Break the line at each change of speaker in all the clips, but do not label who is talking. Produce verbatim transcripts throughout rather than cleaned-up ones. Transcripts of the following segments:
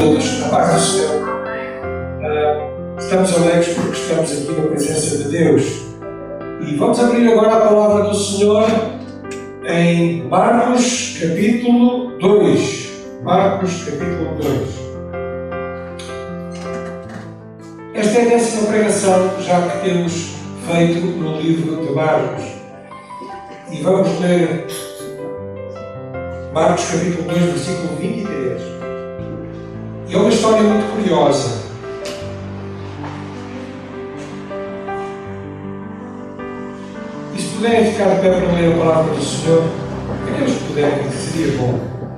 todos, a paz do Senhor. Uh, estamos alegres porque estamos aqui na presença de Deus. E vamos abrir agora a palavra do Senhor em Marcos capítulo dois. Marcos capítulo dois. Esta é a décima pregação já que temos feito no livro de Marcos. E vamos ler Marcos capítulo dois, versículo vinte e três. E é uma história muito curiosa. E se puderem ficar de pé para ler a palavra do Senhor, aqueles que puderem, seria bom.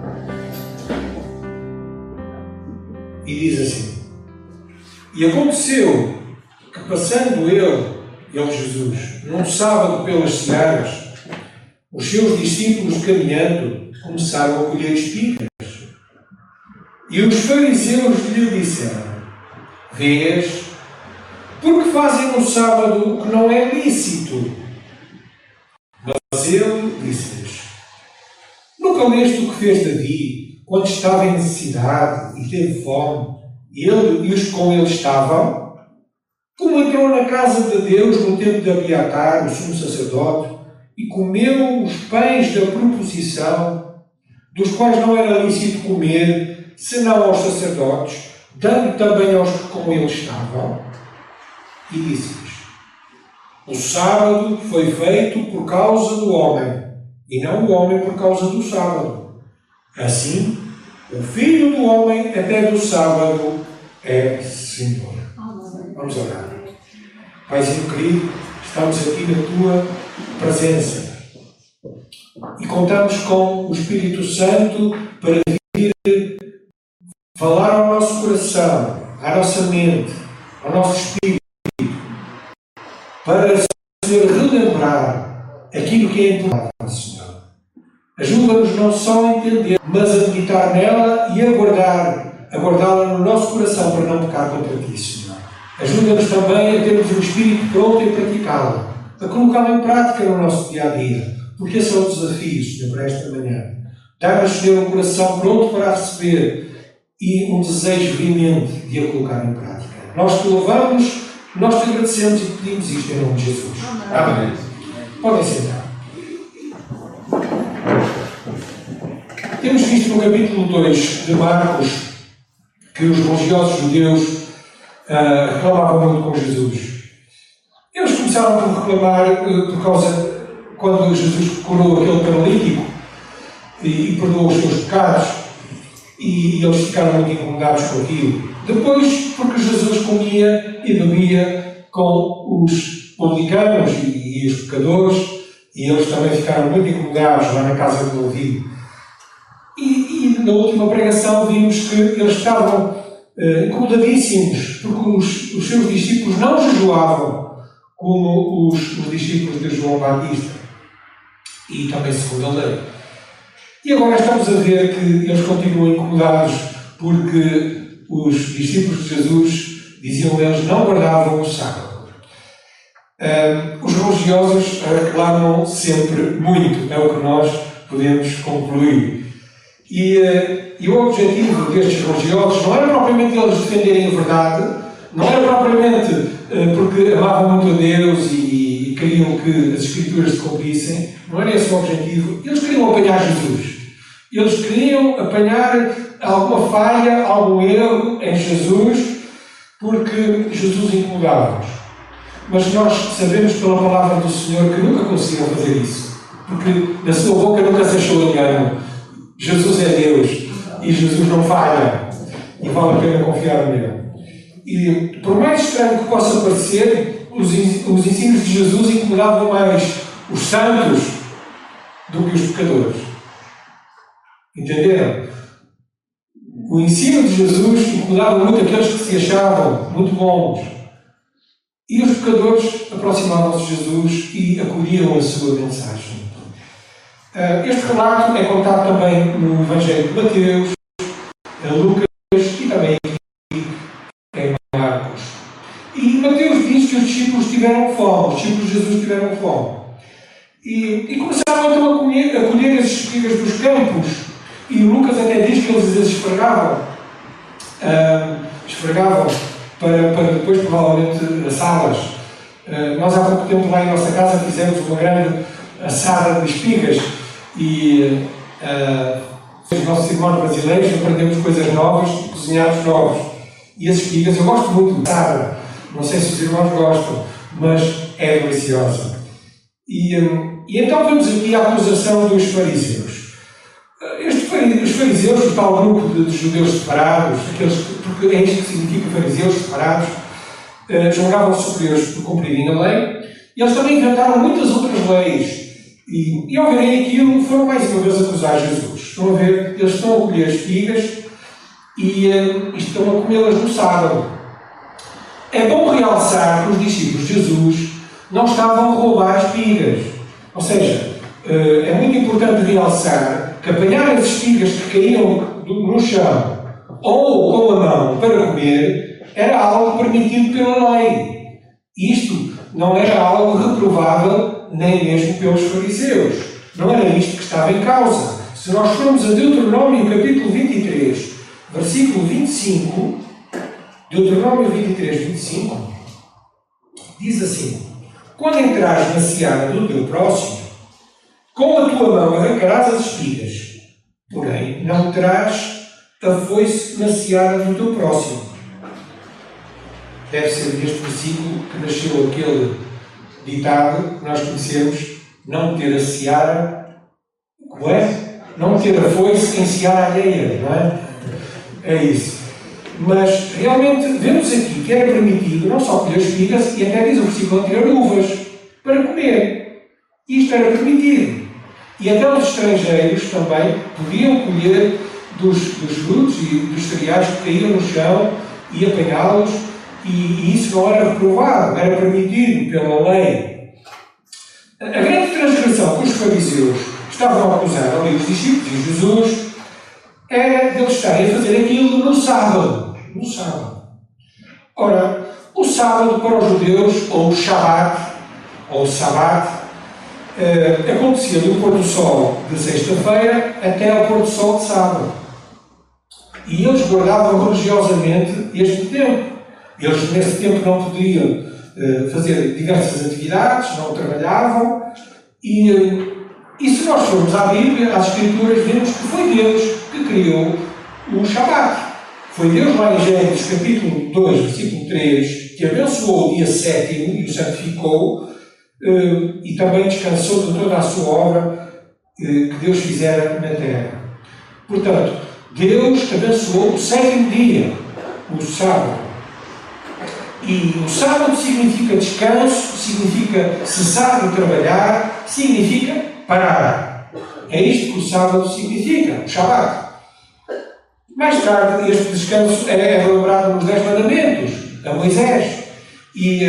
E diz assim: E aconteceu que, passando ele, ele Jesus, num sábado pelas searas, os seus discípulos, caminhando, começaram a colher espigas. E os fariseus lhe disseram: Vês, porque fazem no sábado o que não é lícito? Mas ele disse-lhes: Nunca leste o que fez Davi, quando estava em necessidade e teve fome, ele e os que com ele estavam? Como entrou na casa de Deus no tempo de Abiatar, o sumo sacerdote, e comeu os pães da proposição, dos quais não era lícito comer, senão aos sacerdotes, dando também aos que com ele estavam? E disse-lhes: O sábado foi feito por causa do homem, e não o homem por causa do sábado. Assim, o Filho do homem até do sábado é Senhor. Vamos orar. Paizinho querido, estamos aqui na Tua presença e contamos com o Espírito Santo para vir falar ao nosso coração, à nossa mente, ao nosso espírito, para, Senhor, relembrar aquilo que é importante, Senhor. Ajuda-nos não só a entender, mas a meditar nela e aguardar, aguardá-la no nosso coração para não pecar contra Ti, Senhor. Ajuda-nos também a termos o espírito pronto em praticá-la, a colocá-la em prática no nosso dia-a-dia, porque esse é o desafio, Senhor, para esta manhã. Dá-nos, Senhor, um coração pronto para a receber e um desejo veemente de a colocar em prática. Nós te louvamos, nós te agradecemos e te pedimos isto em nome de Jesus. Amém. Amém. Podem sentar. Temos visto no capítulo dois de Marcos que os religiosos judeus uh, reclamavam muito com Jesus. Eles começaram por reclamar uh, por causa, quando Jesus curou aquele paralítico e, e perdoou os seus pecados, e eles ficaram muito incomodados com aquilo. Depois, porque Jesus comia e bebia com os publicanos e, e os pecadores, e eles também ficaram muito incomodados lá na casa de Levi. E, e na última pregação vimos que eles estavam uh, incomodadíssimos, porque os, os seus discípulos não jejuavam como os, os discípulos de João Batista, e também segundo a lei. E agora estamos a ver que eles continuam incomodados porque os discípulos de Jesus, diziam eles, não guardavam o sábado. Um, os religiosos reclamam sempre muito, é o que nós podemos concluir. E, uh, e o objetivo destes religiosos não era propriamente eles defenderem a verdade, não era propriamente uh, porque amavam muito a Deus e, e queriam que as Escrituras se cumprissem, não era esse o objetivo. Eles queriam apanhar Jesus. Eles queriam apanhar alguma falha, algum erro em Jesus, porque Jesus incomodava-os. Mas nós sabemos pela palavra do Senhor que nunca conseguiram fazer isso, porque na sua boca nunca se achou engano. Jesus é Deus e Jesus não falha, e vale a pena confiar nele. E por mais estranho que possa parecer, os, os ensinos de Jesus incomodavam mais os santos do que os pecadores. Entenderam? O ensino de Jesus incomodava muito aqueles que se achavam muito bons. E os pecadores aproximavam-se de Jesus e acolhiam a sua mensagem. Este relato é contado também no Evangelho de Mateus, em Lucas e também aqui em Marcos. E Mateus diz que os discípulos tiveram fome, os discípulos de Jesus tiveram fome. E, e começaram então a colher, a colher as espigas dos campos. E Lucas até diz que eles as esfregavam uh, esfregavam para, para depois, provavelmente, assá-las. Uh, nós, há pouco tempo, lá em nossa casa, fizemos uma grande assada de espigas e uh, os nossos irmãos brasileiros aprendemos coisas novas, cozinhados novos. E as espigas, eu gosto muito de assada, não sei se os irmãos gostam, mas é deliciosa. E, um, e então vemos aqui a acusação dos fariseus. Este, os fariseus, o tal grupo de, de judeus separados, aqueles, porque é isto que significa fariseus separados, uh, julgavam-se superiores por cumprirem a lei, e eles também inventaram muitas outras leis. E, e ao verem aquilo, foram mais uma vez acusar Jesus. Estão a ver, eles estão a colher espigas e, uh, e estão a comê-las no sábado. É bom realçar que os discípulos de Jesus não estavam a roubar espigas. Ou seja, uh, é muito importante realçar que apanhar as espigas que caíam no chão ou com a mão para comer era algo permitido pela lei. Isto não era algo reprovável nem mesmo pelos fariseus. Não era isto que estava em causa. Se nós formos a Deuteronômio capítulo vinte e três, versículo vinte e cinco, Deuteronômio vinte e três, vinte e cinco, diz assim: quando entrares na seara do teu próximo, com a tua mão arrancarás as espigas, porém não terás a foice na seara do teu próximo. Deve ser deste versículo que nasceu aquele ditado que nós conhecemos: não ter a seara, como é? Não ter a foice em seara alheia, não é? É isso. Mas realmente vemos aqui que era permitido não só colher espigas, e até diz o versículo anterior, uvas, para comer. Isto era permitido. E até os estrangeiros também podiam colher dos, dos frutos e dos cereais que caíam no chão e apanhá-los, e, e isso não era reprovado, era permitido pela lei. A grande transgressão que os fariseus estavam a acusar ali os discípulos de Jesus era de eles estarem a fazer aquilo no sábado. No sábado. Ora, o sábado para os judeus, ou o Shabat, ou o Sabat, eh, acontecia do pôr do sol de sexta-feira até ao pôr do sol de sábado. E eles guardavam religiosamente este tempo. Eles, nesse tempo, não podiam eh, fazer diversas atividades, não trabalhavam. E, eh, e se nós formos à Bíblia, às Escrituras, vemos que foi Deus que criou o Shabat. Foi Deus lá em Gênesis capítulo dois, versículo três, que abençoou o dia sétimo e o santificou, eh, e também descansou de toda a sua obra eh, que Deus fizera na terra. Portanto, Deus abençoou o sétimo dia, o sábado. E o sábado significa descanso, significa cessar de trabalhar, significa parar. É isto que o sábado significa, o Shabat. Mais tarde, este descanso é elaborado nos Dez Mandamentos, a Moisés. E,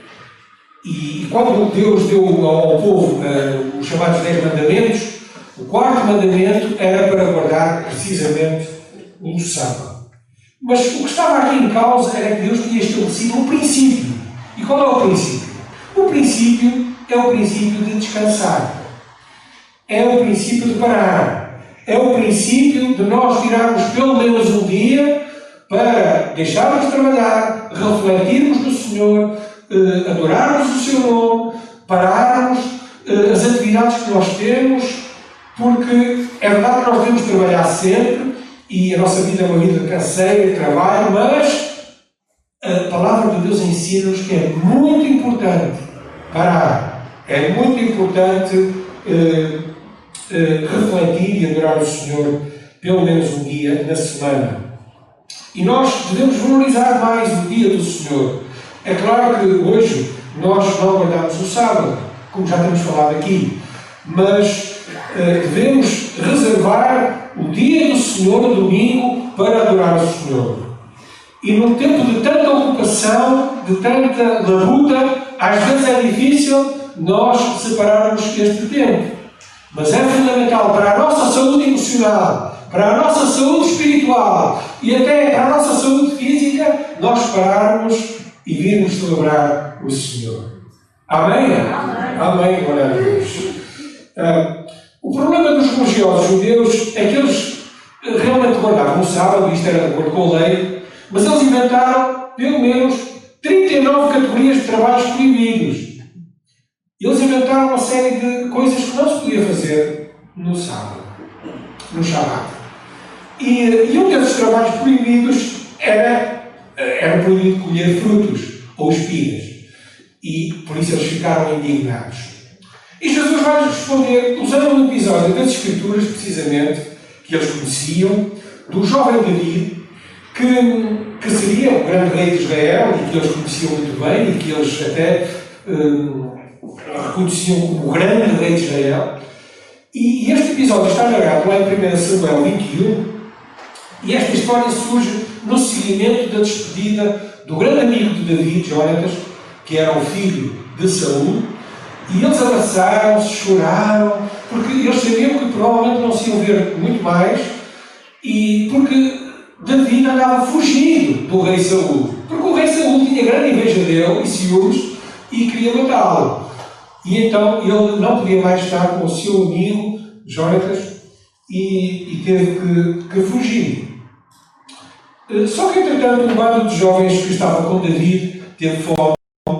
e quando Deus deu ao povo uh, os chamados Dez Mandamentos, o quarto mandamento era para guardar precisamente o sábado. Mas o que estava aqui em causa era que Deus tinha estabelecido um princípio. E qual é o princípio? O princípio é o princípio de descansar. É o princípio de parar. É o princípio de nós tirarmos pelo menos um dia para deixarmos de trabalhar, refletirmos no Senhor, eh, adorarmos o seu nome, pararmos eh, as atividades que nós temos, porque é verdade que nós devemos trabalhar sempre e a nossa vida é uma vida de canseira e trabalho, mas a palavra de Deus ensina-nos que é muito importante parar. É muito importante eh, eh, refletir e adorar o Senhor pelo menos um dia na semana. E nós devemos valorizar mais o dia do Senhor. É claro que hoje nós não guardamos o sábado, como já temos falado aqui, mas eh, devemos reservar o dia do Senhor, no domingo, para adorar o Senhor. E num tempo de tanta ocupação, de tanta labuta, às vezes é difícil nós separarmos este tempo. Mas é fundamental para a nossa saúde emocional, para a nossa saúde espiritual e até para a nossa saúde física, nós pararmos e virmos celebrar o Senhor. Amém? Amém. Amém, glória a Deus. Uh, o problema dos religiosos judeus é que eles realmente guardavam o sábado, isto era de acordo com a lei, Mas eles inventaram, pelo menos, trinta e nove categorias de trabalhos proibidos. Eles inventaram uma série de coisas que não se podia fazer no sábado, no Shabat. E, e um desses trabalhos proibidos era, era proibido colher frutos ou espigas. E por isso eles ficaram indignados. E Jesus vai responder usando um episódio das Escrituras, precisamente, que eles conheciam, do jovem David, que, que seria o grande rei de Israel e que eles conheciam muito bem e que eles até hum, reconheciam como o grande rei de Israel. E, e este episódio está narrado lá em primeiro Samuel vinte e um, e esta história surge no seguimento da despedida do grande amigo de David, Jonatas, que era o filho de Saul. E eles abraçaram-se, choraram, porque eles sabiam que provavelmente não se iam ver muito mais, e porque David andava fugido do rei Saul. Porque o rei Saul tinha grande inveja dele e ciúmes e queria matá-lo. E então ele não podia mais estar com o seu amigo, Jonatas, e, e teve que, que fugir. Só que, entretanto, um bando de jovens que estava com David teve fome.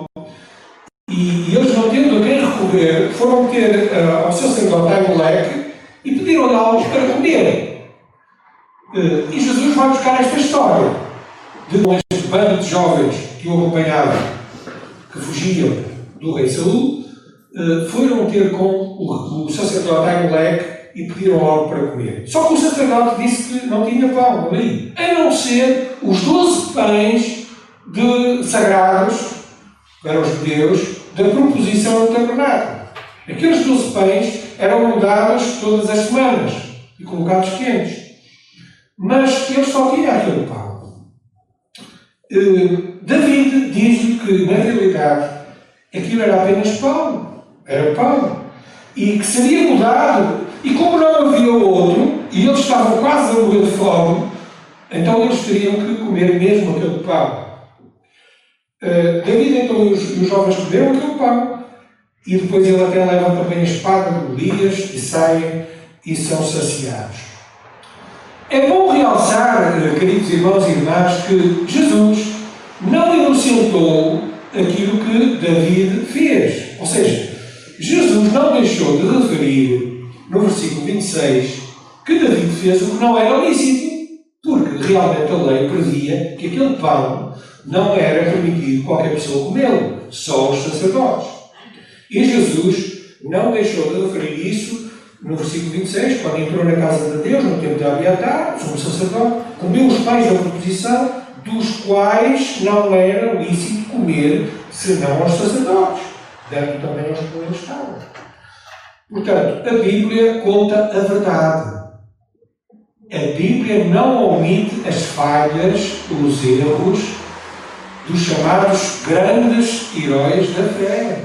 E eles, não tendo a quem recorrer, foram ter uh, ao sacerdote Aimeleque e pediram-lhe algo para comerem. Uh, e Jesus vai buscar esta história de este bando de jovens que o acompanhavam, que fugiam do rei Saul, uh, foram ter com o, o sacerdote Aimeleque e pediram algo para comer. Só que o sacerdote disse que não tinha pão ali, a não ser os doze pães de sagrados para os judeus da proposição do tabernáculo. Aqueles doze pães eram mudados todas as semanas e colocados quentes. Mas eles só tinham aquele pão. Uh, David diz-lhe que, na realidade, aquilo era apenas pão. Era pão. E que seria mudado. E como não havia outro, e eles estavam quase a morrer de fome, então eles teriam que comer mesmo aquele pão. Uh, David então e os, os jovens comeram aquele pão e depois ele até leva também a espada de Golias e saem e são saciados. É bom realçar, queridos irmãos e irmãs, que Jesus não inocentou aquilo que David fez. Ou seja, Jesus não deixou de referir no versículo vinte e seis que David fez o que não era lícito, porque realmente a lei previa que aquele pão não era permitido qualquer pessoa comê-lo, só os sacerdotes. E Jesus não deixou de referir isso no versículo vinte e seis, quando entrou na casa de Deus, no tempo de Abiatar, o sumo sacerdote, comeu os pães da proposição, dos quais não era lícito comer, senão aos sacerdotes, dando também aos que com eles estavam. Portanto, a Bíblia conta a verdade. A Bíblia não omite as falhas, os erros dos chamados grandes heróis da fé.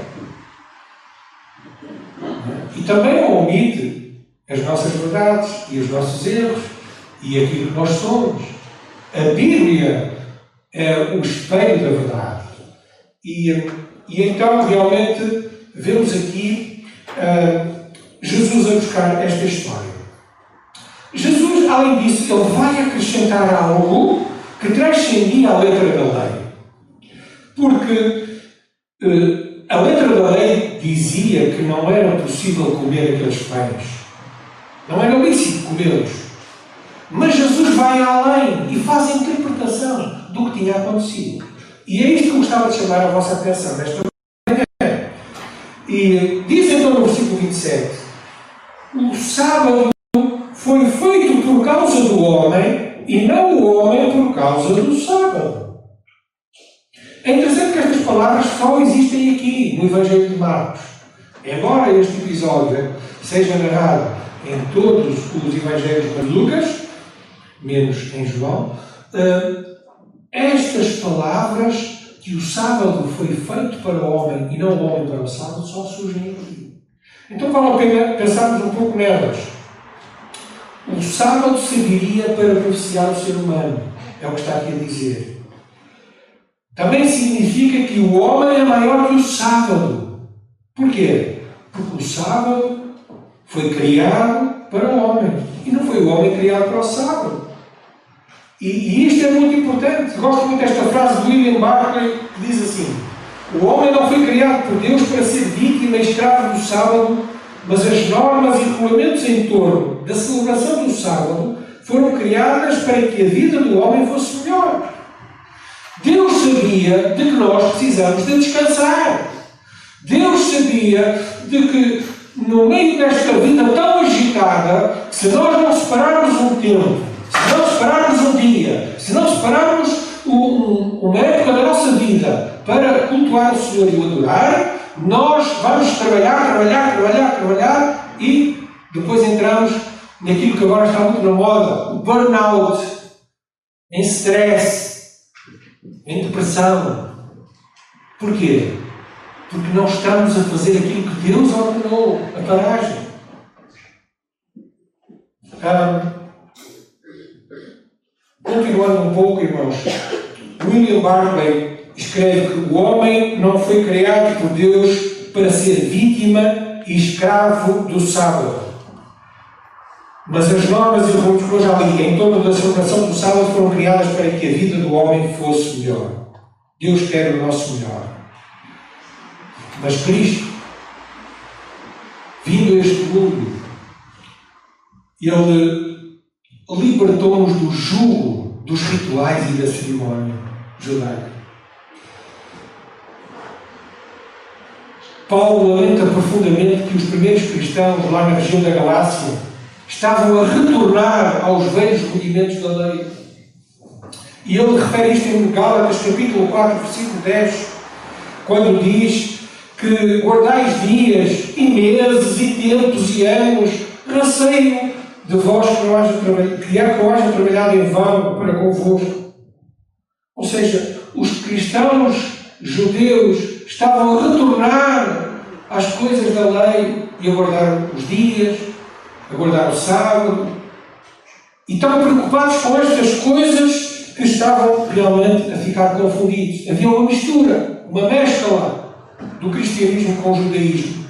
E também não omite as nossas verdades e os nossos erros e aquilo que nós somos. A Bíblia é o espelho da verdade. E, e então, realmente, vemos aqui uh, Jesus a buscar esta história. Jesus, além disso, ele vai acrescentar algo que transcendia a letra da lei. Porque uh, a letra da lei dizia que não era possível comer aqueles pães. Não era lícito comê-los. Mas Jesus vai além e faz a interpretação do que tinha acontecido. E é isto que eu gostava de chamar a vossa atenção nesta manhã. E diz então no versículo vinte e sete: o sábado foi feito por causa do homem e não o homem por causa do sábado. É interessante que estas palavras só existem aqui, no Evangelho de Marcos. Embora este episódio seja narrado em todos os Evangelhos de Lucas, menos em João, estas palavras, que o sábado foi feito para o homem e não o homem para o sábado, só surgem aqui. Então vale a pena pensarmos um pouco nelas. O sábado serviria para beneficiar o ser humano, é o que está aqui a dizer. Também significa que o homem é maior que o sábado. Porquê? Porque o sábado foi criado para o homem. E não foi o homem criado para o sábado. E, e isto é muito importante. Gosto muito desta frase de William Barclay, que diz assim: o homem não foi criado por Deus para ser vítima e escravo do sábado, mas as normas e regulamentos em torno da celebração do sábado foram criadas para que a vida do homem fosse melhor. Deus sabia de que nós precisamos de descansar. Deus sabia de que, no meio desta vida tão agitada, se nós não separarmos um tempo, se não separarmos um dia, se não separarmos um, uma época da nossa vida para cultuar o Senhor e o adorar, nós vamos trabalhar, trabalhar, trabalhar, trabalhar e depois entramos naquilo que agora está muito na moda, o burnout, em stress, em depressão. Porquê? Porque não estamos a fazer aquilo que Deus ordenou, a paragem. Ah, continuando um pouco, irmãos, William Barclay escreve que o homem não foi criado por Deus para ser vítima e escravo do sábado. Mas as normas e regulamentos que eu já li em torno da celebração do sábado foram criadas para que a vida do homem fosse melhor. Deus quer o nosso melhor. Mas Cristo, vindo a este mundo, Ele libertou-nos do jugo dos rituais e da cerimónia judaica. Paulo lamenta profundamente que os primeiros cristãos lá na região da Galácia estavam a retornar aos velhos rudimentos da lei. E ele refere isto em Gálatas capítulo quatro, versículo dez, quando diz que guardais dias e meses e tempos e anos, receio de vós que não haja trabalhado, que é que eu haja trabalhado em vão para convosco. Ou seja, os cristãos judeus estavam a retornar às coisas da lei e a guardar os dias, a guardar o sábado, e estavam preocupados com estas coisas que estavam realmente a ficar confundidos. Havia uma mistura, uma mescla do cristianismo com o judaísmo.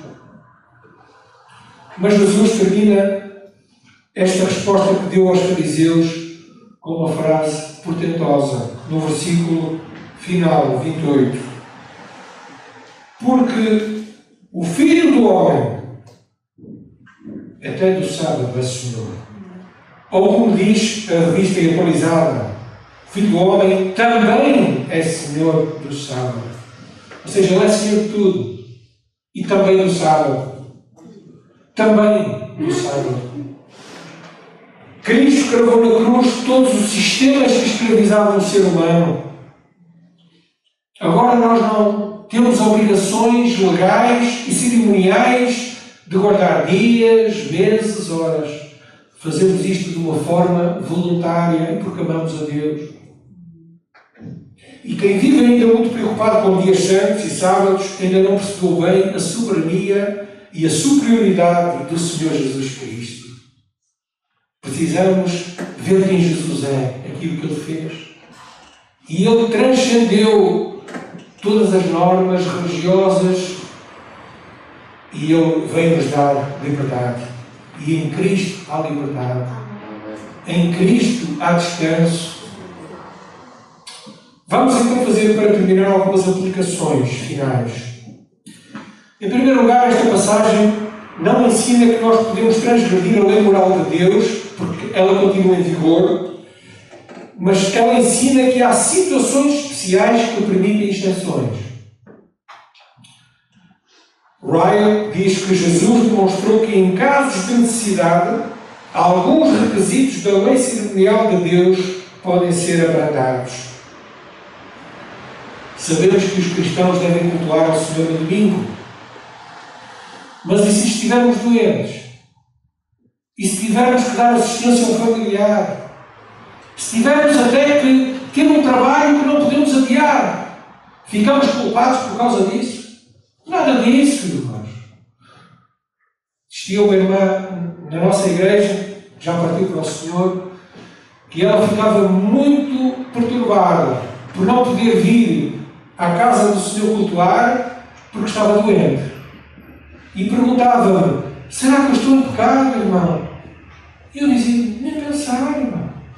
Mas Jesus termina esta resposta que deu aos fariseus com uma frase portentosa, no versículo final, vinte e oito. Porque o Filho do Homem até do sábado é Senhor. Ou como diz a revista atualizada, o Filho do Homem também é Senhor do sábado. Ou seja, Ele é Senhor de tudo. E também do sábado. Também do sábado. Cristo cravou na cruz todos os sistemas que escravizavam o ser humano. Agora nós não temos obrigações legais e cerimoniais de guardar dias, meses, horas. Fazemos isto de uma forma voluntária e porque amamos a Deus. E quem vive ainda muito preocupado com dias santos e sábados ainda não percebeu bem a soberania e a superioridade do Senhor Jesus Cristo. Precisamos ver quem Jesus é, aquilo que Ele fez. E Ele transcendeu todas as normas religiosas e Ele veio nos dar liberdade. E em Cristo há liberdade. Em Cristo há descanso. Vamos então fazer, para terminar, algumas aplicações finais. Em primeiro lugar, esta passagem não ensina que nós podemos transgredir a lei moral de Deus, porque ela continua em vigor, mas ela ensina que há situações especiais que permitem extensões. Ryle diz que Jesus demonstrou que em casos de necessidade, alguns requisitos da lei cerimonial de Deus podem ser abrandados. Sabemos que os cristãos devem cultuar ao Senhor no domingo. Mas e se estivermos doentes? E se tivermos que dar assistência ao familiar? Se tivermos até que ter um trabalho que não podemos adiar? Ficamos culpados por causa disso? Nada disso, irmãos. Existia uma irmã na nossa igreja, já partiu para o Senhor, que ela ficava muito perturbada por não poder vir à casa do Senhor cultuar porque estava doente. E perguntava-me: será que eu estou em pecado, irmão? E eu dizia: nem pensar, irmão. Se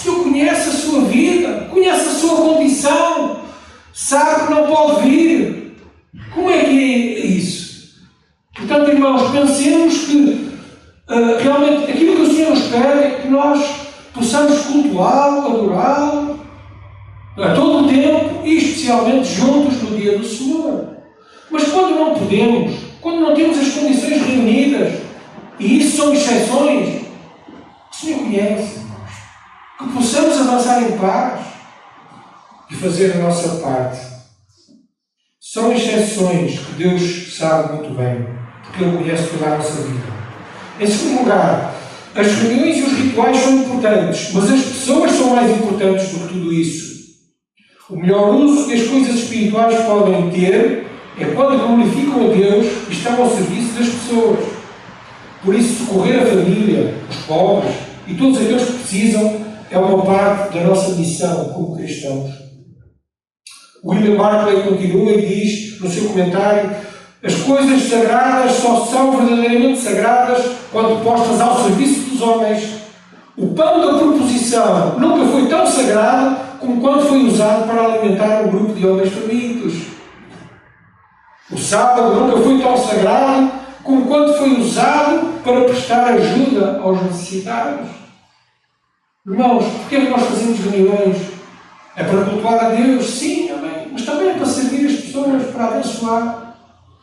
Senhor conhece a sua vida, conhece a sua condição, sabe que não pode vir. Como é que é isso? Portanto, irmãos, pensemos que uh, realmente aquilo que o Senhor nos pede é que nós possamos cultuá-lo, adorá-lo, a todo o tempo e especialmente juntos no dia do Senhor. Mas quando não podemos, quando não temos as condições reunidas, e isso são exceções, o Senhor conhece, que possamos avançar em paz e fazer a nossa parte. São exceções que Deus sabe muito bem, porque Ele conhece toda a nossa vida. Em segundo lugar, as reuniões e os rituais são importantes, mas as pessoas são mais importantes do que tudo isso. O melhor uso que as coisas espirituais podem ter é quando glorificam a Deus e estão ao serviço das pessoas. Por isso, socorrer a família, os pobres e todos aqueles que precisam é uma parte da nossa missão como cristãos. William Barclay continua e diz no seu comentário: as coisas sagradas só são verdadeiramente sagradas quando postas ao serviço dos homens. O pão da proposição nunca foi tão sagrado como quando foi usado para alimentar um grupo de homens famintos. O sábado nunca foi tão sagrado como quando foi usado para prestar ajuda aos necessitados. Irmãos, porquê é que nós fazemos reuniões? É para cultuar a Deus? Sim, amém. Mas também é para servir as pessoas, para abençoar.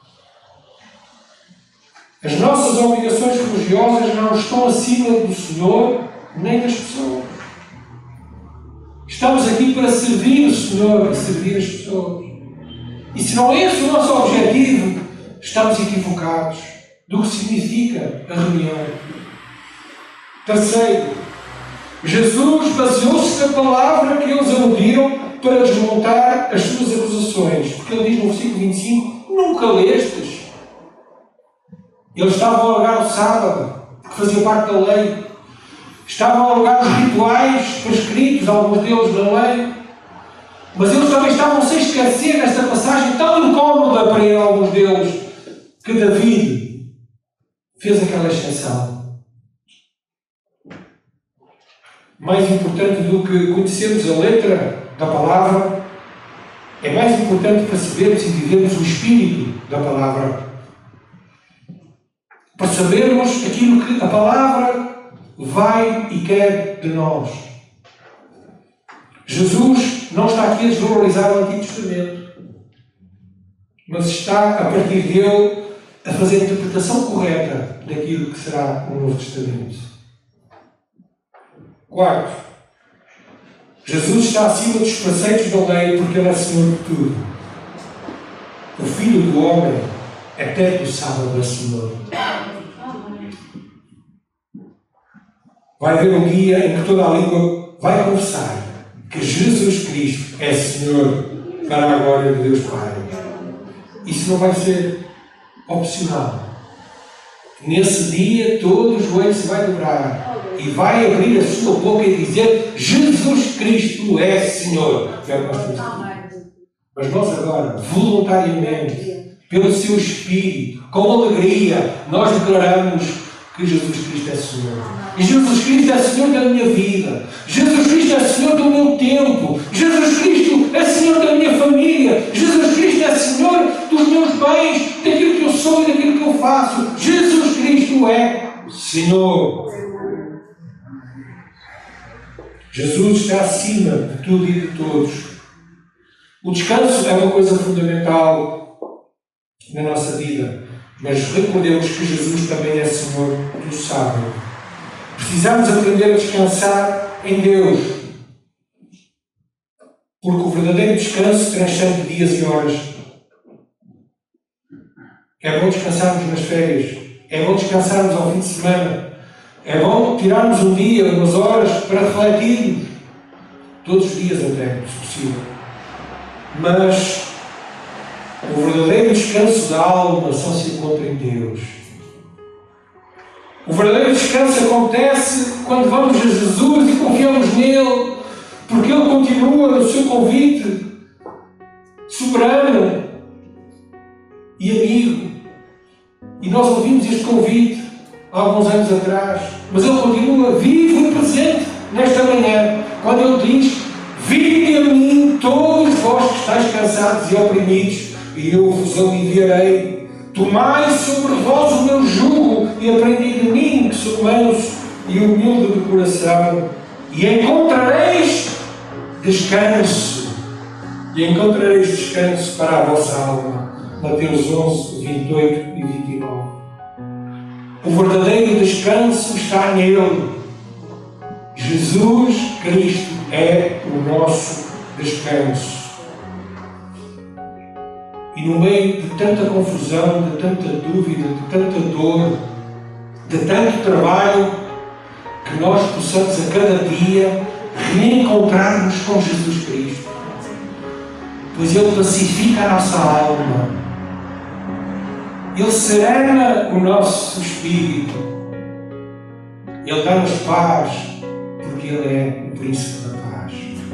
As nossas obrigações religiosas não estão acima do Senhor nem das pessoas. Estamos aqui para servir o Senhor, para servir as pessoas. E se não é esse o nosso objetivo, estamos equivocados do que significa a reunião. Terceiro, Jesus baseou-se na palavra que eles aludiram para desmontar as suas acusações. Porque ele diz no versículo vinte e cinco, nunca lestes. Eles estavam a alegar o sábado, que fazia parte da lei. Estavam a alegar os rituais prescritos, alguns deles na lei. Mas eles também estavam sem esquecer nesta passagem tão incómoda para ele, alguns deles, que David fez aquela exceção. Mais importante do que conhecermos a letra da palavra, é mais importante percebermos e vivermos o espírito da palavra. Para sabermos aquilo que a palavra vai e quer de nós. Jesus não está aqui a desvalorizar o Antigo Testamento, mas está, a partir dele, a fazer a interpretação correta daquilo que será o Novo Testamento. Quarto, Jesus está acima dos preceitos da lei porque Ele é Senhor de tudo. O Filho do Homem, até do sábado, é Senhor. Vai haver um dia em que toda a língua vai confessar que Jesus Cristo é Senhor para a glória de Deus Pai. Isso não vai ser opcional. Nesse dia todo o joelho se vai dobrar e vai abrir a sua boca e dizer Jesus Cristo é Senhor. É o que nós temos aqui. Mas nós agora, voluntariamente, pelo seu Espírito, com alegria, nós declaramos que Jesus Cristo é Senhor. E Jesus Cristo é Senhor da minha vida. Jesus Cristo é Senhor do meu tempo. Jesus Cristo é Senhor da minha família. Jesus Cristo é Senhor dos meus bens, daquilo que eu sou e daquilo que eu faço. Jesus Cristo é Senhor. Jesus está acima de tudo e de todos. O descanso é uma coisa fundamental na nossa vida. Mas recordemos que Jesus também é Senhor do sábado. Precisamos aprender a descansar em Deus. Porque o verdadeiro descanso transcende dias e horas. É bom descansarmos nas férias. É bom descansarmos ao fim de semana. É bom tirarmos um dia, umas horas, para refletirmos. Todos os dias até, se possível. Mas o verdadeiro descanso da alma só se encontra em Deus. O verdadeiro descanso acontece quando vamos a Jesus e confiamos nele, porque Ele continua no seu convite soberano e amigo. E nós ouvimos este convite há alguns anos atrás, mas Ele continua vivo e presente nesta manhã. quando Ele diz: vinde a mim todos vós que estáis cansados e oprimidos, e eu vos aliviarei. Tomai sobre vós o meu jugo e aprendi de mim, que sou manso e humilde de coração, e encontrareis descanso. E encontrareis descanso para a vossa alma. Mateus onze, vinte e oito e vinte e nove. O verdadeiro descanso está nele. Jesus Cristo é o nosso descanso. E no meio de tanta confusão, de tanta dúvida, de tanta dor, de tanto trabalho, que nós possamos a cada dia reencontrar-nos com Jesus Cristo. Pois Ele pacifica a nossa alma. Ele serena o nosso espírito. Ele dá-nos paz, porque Ele é o Príncipe da Paz.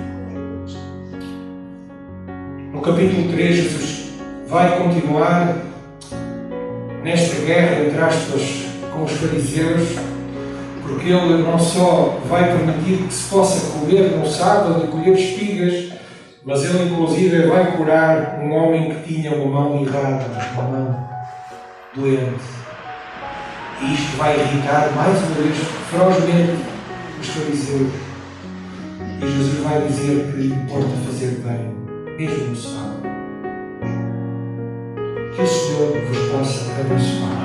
No capítulo três, Jesus vai continuar nesta guerra, entre aspas, com os fariseus, porque Ele não só vai permitir que se possa colher no sábado e colher espigas, mas Ele inclusive vai curar um homem que tinha uma mão errada, uma mão doente. E isto vai irritar mais uma vez ferozmente os fariseus. E Jesus vai dizer que importa fazer bem, mesmo no sábado. Que o Senhor vos possa abençoar.